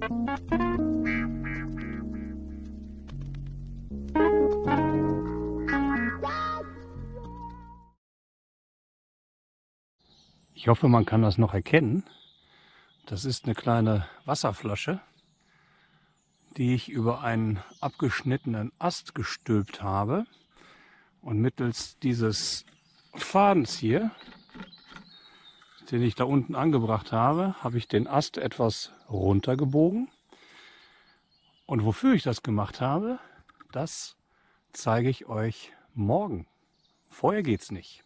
Ich hoffe, man kann das noch erkennen. Das ist eine kleine Wasserflasche, die ich über einen abgeschnittenen Ast gestülpt habe. Und mittels dieses Fadens hier, den ich da unten angebracht habe, habe ich den Ast etwas runtergebogen. Und wofür ich das gemacht habe, das zeige ich euch morgen. Vorher geht's nicht.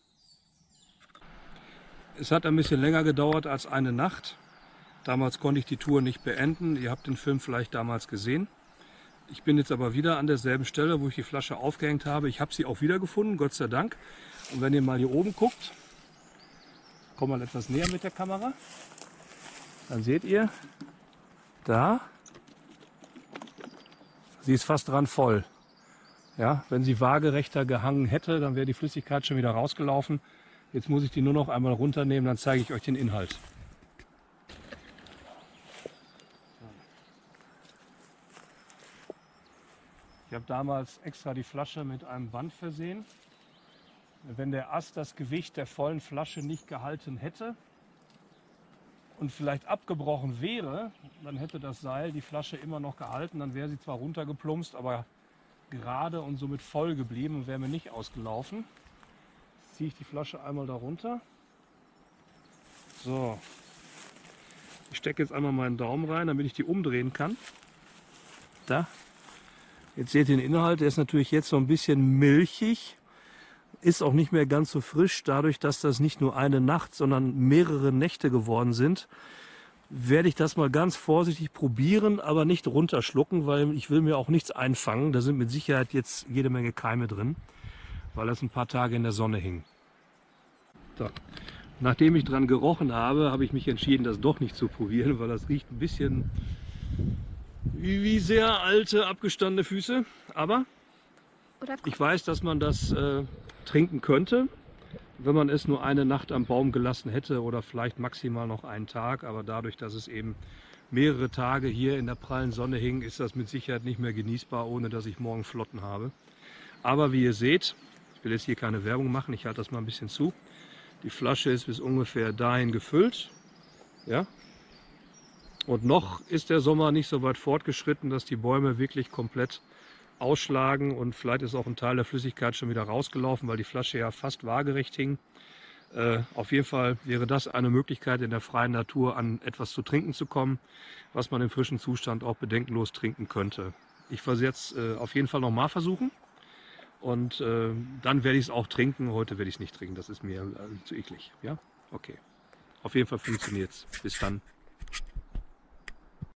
Es hat ein bisschen länger gedauert als eine Nacht. Damals konnte ich die Tour nicht beenden. Ihr habt den Film vielleicht damals gesehen. Ich bin jetzt aber wieder an derselben Stelle, wo ich die Flasche aufgehängt habe. Ich habe sie auch wieder gefunden, Gott sei Dank. Und wenn ihr mal hier oben guckt, kommt mal etwas näher mit der Kamera, dann seht ihr, da, sie ist fast dran voll. Ja, wenn sie waagerechter gehangen hätte, dann wäre die Flüssigkeit schon wieder rausgelaufen. Jetzt muss ich die nur noch einmal runternehmen, dann zeige ich euch den Inhalt. Ich habe damals extra die Flasche mit einem Band versehen. Wenn der Ast das Gewicht der vollen Flasche nicht gehalten hätte und vielleicht abgebrochen wäre, dann hätte das Seil die Flasche immer noch gehalten. Dann wäre sie zwar runtergeplumpst, aber gerade und somit voll geblieben und wäre mir nicht ausgelaufen. Jetzt ziehe ich die Flasche einmal darunter. So, ich stecke jetzt einmal meinen Daumen rein, damit ich die umdrehen kann. Da. Jetzt seht ihr den Inhalt, der ist natürlich jetzt so ein bisschen milchig, ist auch nicht mehr ganz so frisch. Dadurch, dass das nicht nur eine Nacht, sondern mehrere Nächte geworden sind, werde ich das mal ganz vorsichtig probieren, aber nicht runterschlucken, weil ich will mir auch nichts einfangen. Da sind mit Sicherheit jetzt jede Menge Keime drin, weil das ein paar Tage in der Sonne hing. So. Nachdem ich dran gerochen habe, habe ich mich entschieden, das doch nicht zu probieren, weil das riecht ein bisschen wie sehr alte, abgestandene Füße. Aber ich weiß, dass man das trinken könnte, wenn man es nur eine Nacht am Baum gelassen hätte oder vielleicht maximal noch einen Tag. Aber dadurch, dass es eben mehrere Tage hier in der prallen Sonne hing, ist das mit Sicherheit nicht mehr genießbar, ohne dass ich morgen Flotten habe. Aber wie ihr seht, ich will jetzt hier keine Werbung machen, ich halte das mal ein bisschen zu. Die Flasche ist bis ungefähr dahin gefüllt. Ja? Und noch ist der Sommer nicht so weit fortgeschritten, dass die Bäume wirklich komplett ausschlagen. Und vielleicht ist auch ein Teil der Flüssigkeit schon wieder rausgelaufen, weil die Flasche ja fast waagerecht hing. Auf jeden Fall wäre das eine Möglichkeit, in der freien Natur an etwas zu trinken zu kommen, was man im frischen Zustand auch bedenkenlos trinken könnte. Ich werde es jetzt auf jeden Fall nochmal versuchen. Und dann werde ich es auch trinken. Heute werde ich es nicht trinken, das ist mir zu eklig. Ja? Okay. Auf jeden Fall funktioniert es. Bis dann.